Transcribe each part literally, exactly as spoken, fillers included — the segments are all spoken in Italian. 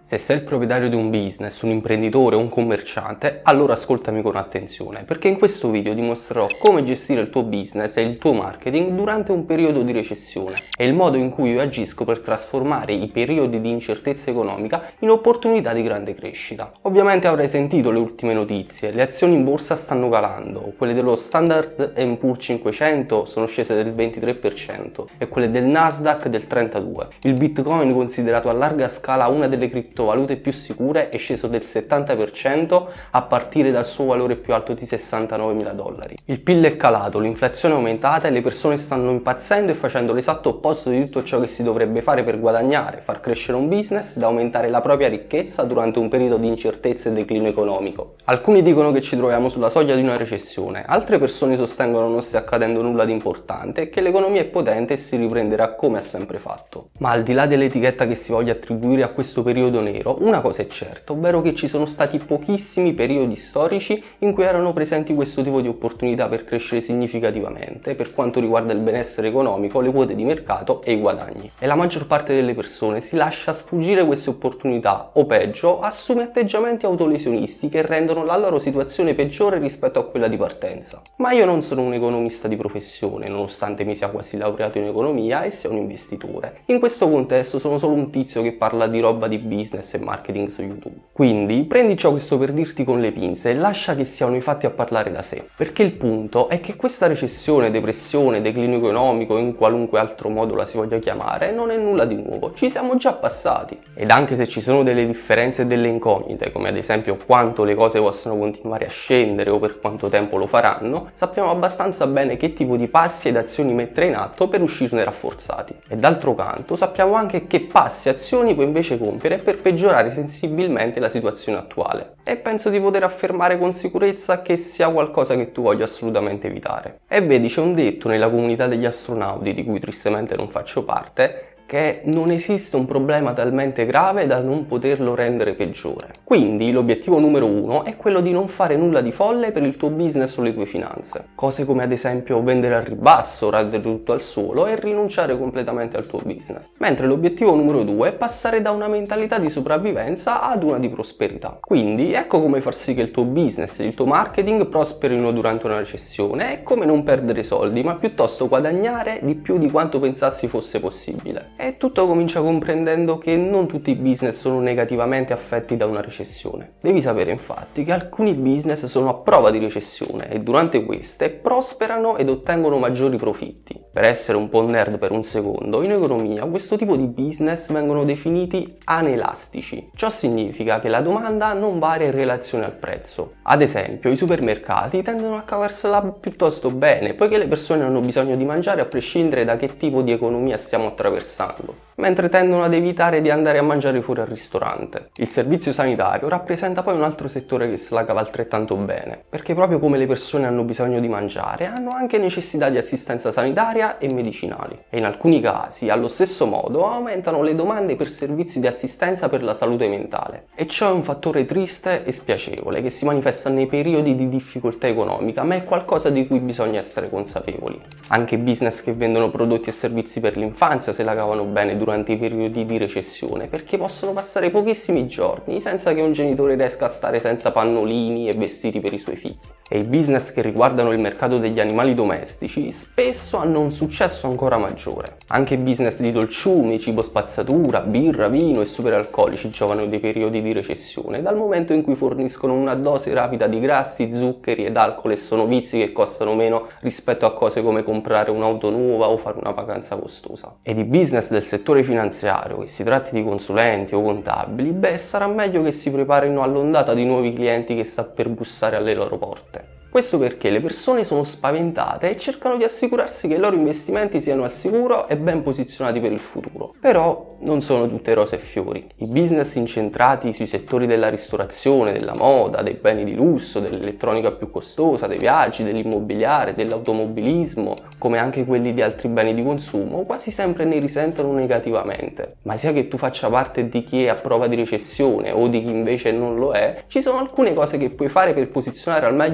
Se sei il proprietario di un business, un imprenditore o un commerciante, allora ascoltami con attenzione, perché in questo video ti mostrerò come gestire il tuo business e il tuo marketing durante un periodo di recessione e il modo in cui io agisco per trasformare i periodi di incertezza economica in opportunità di grande crescita. Ovviamente avrai sentito le ultime notizie, le azioni in borsa stanno calando, quelle dello Standard and Poor's cinquecento sono scese del ventitré per cento e quelle del Nasdaq del trentadue per cento. Il Bitcoin, considerato a larga scala una delle criptovalute più sicure, è sceso del settanta per cento a partire dal suo valore più alto di sessantanovemila dollari. Il P I L è calato, l'inflazione è aumentata e le persone stanno impazzendo e facendo l'esatto opposto di tutto ciò che si dovrebbe fare per guadagnare, far crescere un business ed aumentare la propria ricchezza durante un periodo di incertezza e declino economico. Alcuni dicono che ci troviamo sulla soglia di una recessione, altre persone sostengono non stia accadendo nulla di importante e che l'economia è potente e si riprenderà come ha sempre fatto. Ma al di là dell'etichetta che si voglia attribuire a questo periodo nero, una cosa è certa, ovvero che ci sono stati pochissimi periodi storici in cui erano presenti questo tipo di opportunità per crescere significativamente per quanto riguarda il benessere economico, le quote di mercato e i guadagni. E la maggior parte delle persone si lascia sfuggire queste opportunità o peggio assume atteggiamenti autolesionisti che rendono la loro situazione peggiore rispetto a quella di partenza. Ma io non sono un economista di professione, nonostante mi sia quasi laureato in economia e sia un investitore. In questo contesto sono solo un tizio che parla di roba di business e marketing su YouTube. Quindi prendi ciò che sto per dirti con le pinze e lascia che siano i fatti a parlare da sé, perché il punto è che questa recessione, depressione, declino economico, in qualunque altro modo la si voglia chiamare, non è nulla di nuovo, ci siamo già passati. Ed anche se ci sono delle differenze e delle incognite, come ad esempio quanto le cose possono continuare a scendere o per quanto tempo lo faranno, sappiamo abbastanza bene che tipo di passi ed azioni mettere in atto per uscirne rafforzati. E d'altro canto sappiamo anche che passi e azioni puoi invece compiere per peggiorare sensibilmente la situazione attuale. E penso di poter affermare con sicurezza che sia qualcosa che tu voglia assolutamente evitare. E vedi, c'è un detto nella comunità degli astronauti, di cui tristemente non faccio parte, che non esiste un problema talmente grave da non poterlo rendere peggiore. Quindi l'obiettivo numero uno è quello di non fare nulla di folle per il tuo business o le tue finanze. Cose come ad esempio vendere al ribasso, radere tutto al suolo e rinunciare completamente al tuo business. Mentre l'obiettivo numero due è passare da una mentalità di sopravvivenza ad una di prosperità. Quindi ecco come far sì che il tuo business e il tuo marketing prosperino durante una recessione e come non perdere soldi, ma piuttosto guadagnare di più di quanto pensassi fosse possibile. E tutto comincia comprendendo che non tutti i business sono negativamente affetti da una recessione. Devi sapere infatti che alcuni business sono a prova di recessione e durante queste prosperano ed ottengono maggiori profitti. Per essere un po' nerd per un secondo, in economia questo tipo di business vengono definiti anelastici. Ciò significa che la domanda non varia in relazione al prezzo. Ad esempio, i supermercati tendono a cavarsela piuttosto bene, poiché le persone hanno bisogno di mangiare a prescindere da che tipo di economia stiamo attraversando, mentre tendono ad evitare di andare a mangiare fuori al ristorante. Il servizio sanitario rappresenta poi un altro settore che se la cava altrettanto bene, perché proprio come le persone hanno bisogno di mangiare, hanno anche necessità di assistenza sanitaria e medicinali. E in alcuni casi, allo stesso modo, aumentano le domande per servizi di assistenza per la salute mentale. E ciò è un fattore triste e spiacevole che si manifesta nei periodi di difficoltà economica, ma è qualcosa di cui bisogna essere consapevoli. Anche business che vendono prodotti e servizi per l'infanzia se la cavano bene durante i periodi di recessione, perché possono passare pochissimi giorni senza che un genitore riesca a stare senza pannolini e vestiti per i suoi figli. E i business che riguardano il mercato degli animali domestici spesso hanno un successo ancora maggiore. Anche business di dolciumi, cibo spazzatura, birra, vino e superalcolici giovano dei periodi di recessione, dal momento in cui forniscono una dose rapida di grassi, zuccheri ed alcol e sono vizi che costano meno rispetto a cose come comprare un'auto nuova o fare una vacanza costosa. Ed i business del settore finanziario, che si tratti di consulenti o contabili, beh, sarà meglio che si preparino all'ondata di nuovi clienti che sta per bussare alle loro porte. Questo perché le persone sono spaventate e cercano di assicurarsi che i loro investimenti siano al sicuro e ben posizionati per il futuro. Però non sono tutte rose e fiori. I business incentrati sui settori della ristorazione, della moda, dei beni di lusso, dell'elettronica più costosa, dei viaggi, dell'immobiliare, dell'automobilismo, come anche quelli di altri beni di consumo, quasi sempre ne risentono negativamente. Ma sia che tu faccia parte di chi è a prova di recessione o di chi invece non lo è, ci sono alcune cose che puoi fare per posizionare al meglio possibile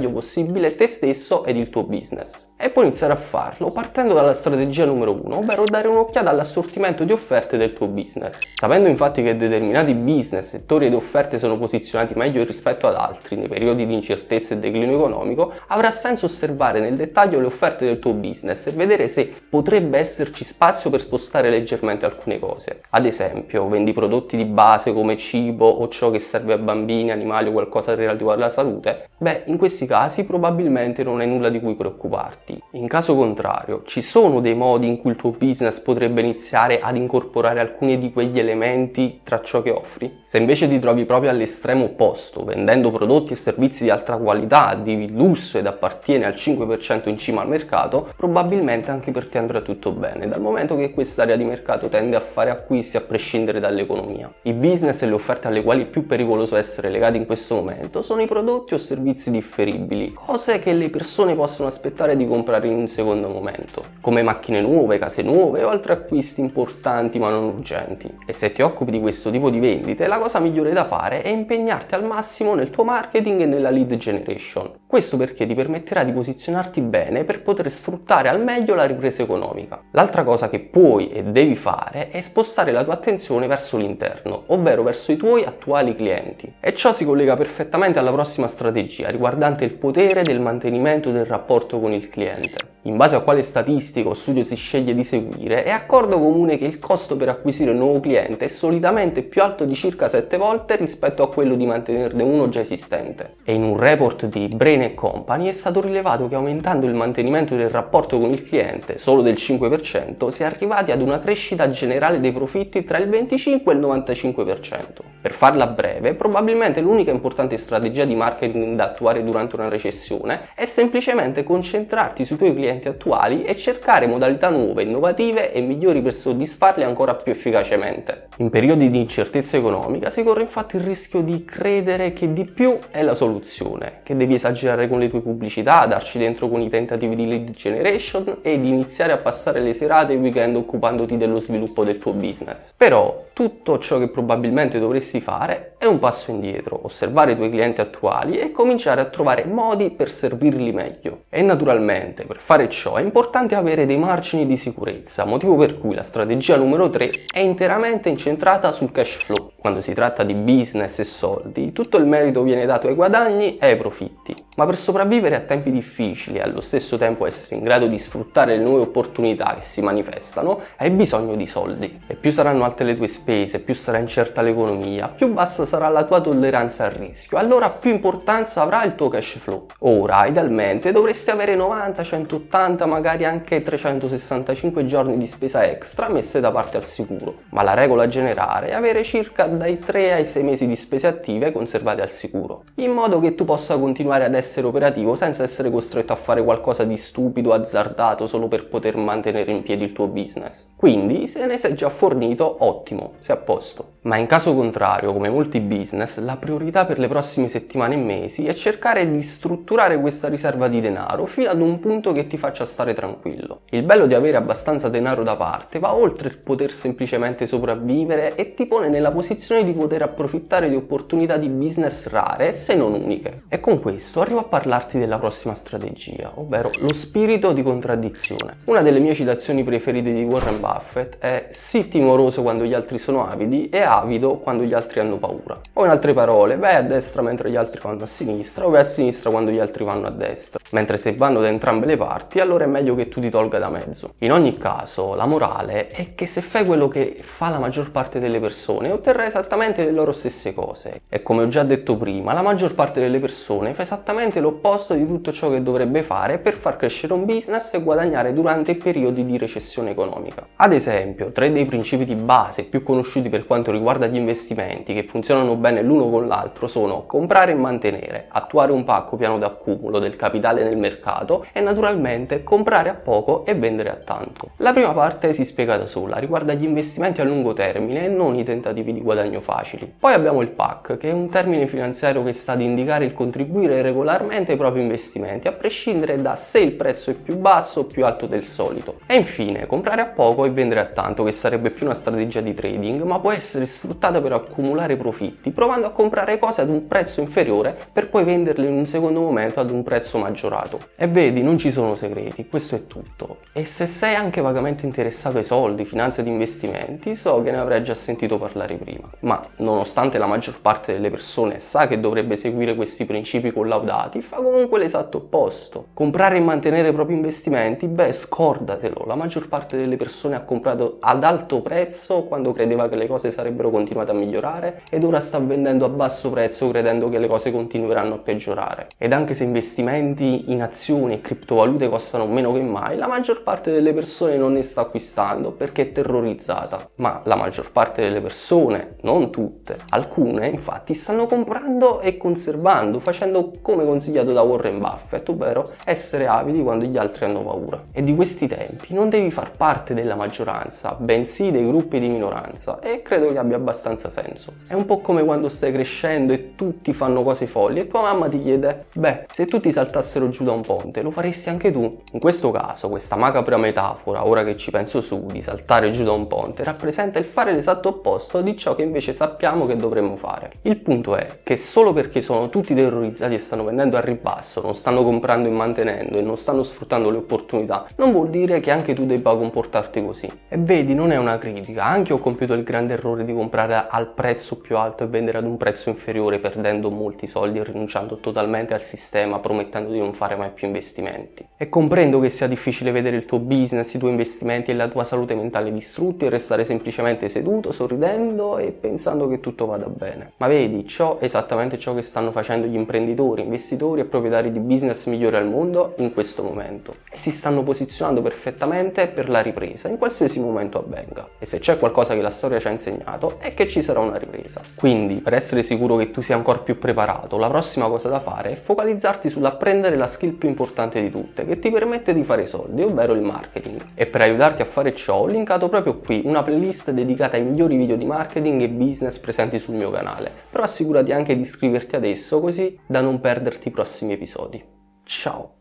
possibile te stesso ed il tuo business. E puoi iniziare a farlo partendo dalla strategia numero uno, ovvero dare un'occhiata all'assortimento di offerte del tuo business. Sapendo infatti che determinati business, settori ed offerte sono posizionati meglio rispetto ad altri nei periodi di incertezza e declino economico, avrà senso osservare nel dettaglio le offerte del tuo business e vedere se potrebbe esserci spazio per spostare leggermente alcune cose. Ad esempio, vendi prodotti di base come cibo o ciò che serve a bambini, animali o qualcosa relativo alla salute? Beh, in questi casi probabilmente non hai nulla di cui preoccuparti. In caso contrario, ci sono dei modi in cui il tuo business potrebbe iniziare ad incorporare alcuni di quegli elementi tra ciò che offri? Se invece ti trovi proprio all'estremo opposto, vendendo prodotti e servizi di alta qualità, di lusso ed appartiene al cinque per cento in cima al mercato, probabilmente anche per te andrà tutto bene, dal momento che quest'area di mercato tende a fare acquisti a prescindere dall'economia. I business e le offerte alle quali è più pericoloso essere legati in questo momento sono i prodotti o servizi differibili, cose che le persone possono aspettare di comprare in un secondo momento, come macchine nuove, case nuove o altri acquisti importanti ma non urgenti. E se ti occupi di questo tipo di vendite, la cosa migliore da fare è impegnarti al massimo nel tuo marketing e nella lead generation. Questo perché ti permetterà di posizionarti bene per poter sfruttare al meglio la ripresa economica. L'altra cosa che puoi e devi fare è spostare la tua attenzione verso l'interno, ovvero verso i tuoi attuali clienti. E ciò si collega perfettamente alla prossima strategia riguardante il potere del mantenimento del rapporto con il cliente. In base a quale statistica o studio si sceglie di seguire, è accordo comune che il costo per acquisire un nuovo cliente è solitamente più alto di circa sette volte rispetto a quello di mantenerne uno già esistente. E in un report di Brain and Company è stato rilevato che aumentando il mantenimento del rapporto con il cliente solo del cinque per cento si è arrivati ad una crescita generale dei profitti tra il venticinque e il novantacinque per cento. Per farla breve, probabilmente l'unica importante strategia di marketing da attuare durante una recessione è semplicemente concentrarti sui tuoi clienti attuali e cercare modalità nuove, innovative e migliori per soddisfarli ancora più efficacemente. In periodi di incertezza economica si corre infatti il rischio di credere che di più è la soluzione, che devi esagerare con le tue pubblicità, darci dentro con i tentativi di lead generation e di iniziare a passare le serate e i weekend occupandoti dello sviluppo del tuo business. Però tutto ciò che probabilmente dovresti fare è un passo indietro, osservare i tuoi clienti attuali e cominciare a trovare modi per servirli meglio. E naturalmente per fare ciò è importante avere dei margini di sicurezza, motivo per cui la strategia numero tre è interamente incentrata sul cash flow. Quando si tratta di business e soldi, tutto il merito viene dato ai guadagni e ai profitti. Ma per sopravvivere a tempi difficili e allo stesso tempo essere in grado di sfruttare le nuove opportunità che si manifestano, hai bisogno di soldi. E più saranno alte le tue spese, più sarà incerta l'economia, più bassa sarà la tua tolleranza al rischio, allora più importanza avrà il tuo cash flow. Ora, idealmente, dovresti avere novanta, centottanta, magari anche trecentosessantacinque giorni di spesa extra messe da parte al sicuro. Ma la regola generale è avere circa dai tre ai sei mesi di spese attive conservate al sicuro, in modo che tu possa continuare ad essere operativo senza essere costretto a fare qualcosa di stupido, azzardato solo per poter mantenere in piedi il tuo business. Quindi, se ne sei già fornito, ottimo, sei a posto. Ma in caso contrario, come molti business, la priorità per le prossime settimane e mesi è cercare di strutturare questa riserva di denaro fino ad un punto che ti faccia stare tranquillo. Il bello di avere abbastanza denaro da parte va oltre il poter semplicemente sopravvivere e ti pone nella posizione di poter approfittare di opportunità di business rare, se non uniche. E con questo arrivo a parlarti della prossima strategia, ovvero lo spirito di contraddizione. Una delle mie citazioni preferite di Warren Buffett è: sii timoroso quando gli altri sono avidi e avido quando gli altri hanno paura. O in altre parole, vai a destra mentre gli altri vanno a sinistra, o vai a sinistra quando gli altri vanno a destra. Mentre se vanno da entrambe le parti, allora è meglio che tu ti tolga da mezzo. In ogni caso, la morale è che se fai quello che fa la maggior parte delle persone, otterrai esattamente le loro stesse cose. E come ho già detto prima, la maggior parte delle persone fa esattamente l'opposto di tutto ciò che dovrebbe fare per far crescere un business e guadagnare durante i periodi di recessione economica. Ad esempio, tre dei principi di base più conosciuti per quanto riguarda gli investimenti che funzionano bene l'uno con l'altro sono comprare e mantenere, attuare un pacco piano d'accumulo del capitale nel mercato e naturalmente comprare a poco e vendere a tanto. La prima parte si spiega da sola, riguarda gli investimenti a lungo termine e non i tentativi di guadagno facili. Poi abbiamo il P A C, che è un termine finanziario che sta ad indicare il contribuire regolarmente ai propri investimenti, a prescindere da se il prezzo è più basso o più alto del solito. E infine comprare a poco e vendere a tanto, che sarebbe più una strategia di trading, ma può essere sfruttate per accumulare profitti, provando a comprare cose ad un prezzo inferiore per poi venderle in un secondo momento ad un prezzo maggiorato. E vedi, non ci sono segreti, questo è tutto. E se sei anche vagamente interessato ai soldi, finanza ed investimenti, so che ne avrai già sentito parlare prima. Ma nonostante la maggior parte delle persone sa che dovrebbe seguire questi principi collaudati, fa comunque l'esatto opposto. Comprare e mantenere i propri investimenti? Beh, scordatelo. La maggior parte delle persone ha comprato ad alto prezzo quando credeva che le cose sarebbero continuate a migliorare ed ora sta vendendo a basso prezzo credendo che le cose continueranno a peggiorare. Ed anche se investimenti in azioni e criptovalute costano meno che mai, la maggior parte delle persone non ne sta acquistando perché è terrorizzata. Ma la maggior parte delle persone, non tutte, alcune infatti stanno comprando e conservando, facendo come consigliato da Warren Buffett, ovvero essere avidi quando gli altri hanno paura. E di questi tempi non devi far parte della maggioranza, bensì dei gruppi di minoranza, e credo che abbia abbastanza senso. È un po' come quando stai crescendo e tutti fanno cose folli e tua mamma ti chiede: beh, se tutti saltassero giù da un ponte, lo faresti anche tu? In questo caso, questa macabra metafora, ora che ci penso su, di saltare giù da un ponte, rappresenta il fare l'esatto opposto di ciò che invece sappiamo che dovremmo fare. Il punto è che solo perché sono tutti terrorizzati e stanno vendendo a ribasso, non stanno comprando e mantenendo e non stanno sfruttando le opportunità, non vuol dire che anche tu debba comportarti così. E vedi, non è una critica, anche io ho compiuto il grande errore di comprare al prezzo più alto e vendere ad un prezzo inferiore, perdendo molti soldi e rinunciando totalmente al sistema, promettendo di non fare mai più investimenti. E comprendo che sia difficile vedere il tuo business, i tuoi investimenti e la tua salute mentale distrutti e restare semplicemente seduto, sorridendo e pensando che tutto vada bene. Ma vedi, ciò è esattamente ciò che stanno facendo gli imprenditori, investitori e proprietari di business migliori al mondo in questo momento. E si stanno posizionando perfettamente per la ripresa, in qualsiasi momento avvenga. E se c'è qualcosa che la storia ci ha insegnato è che ci sarà una ripresa. Quindi, per essere sicuro che tu sia ancora più preparato, la prossima cosa da fare è focalizzarti sull'apprendere la skill più importante di tutte, che ti permette di fare soldi, ovvero il marketing. E per aiutarti a fare ciò ho linkato proprio qui una playlist dedicata ai migliori video di marketing e business presenti sul mio canale. Però assicurati anche di iscriverti adesso, così da non perderti i prossimi episodi. Ciao!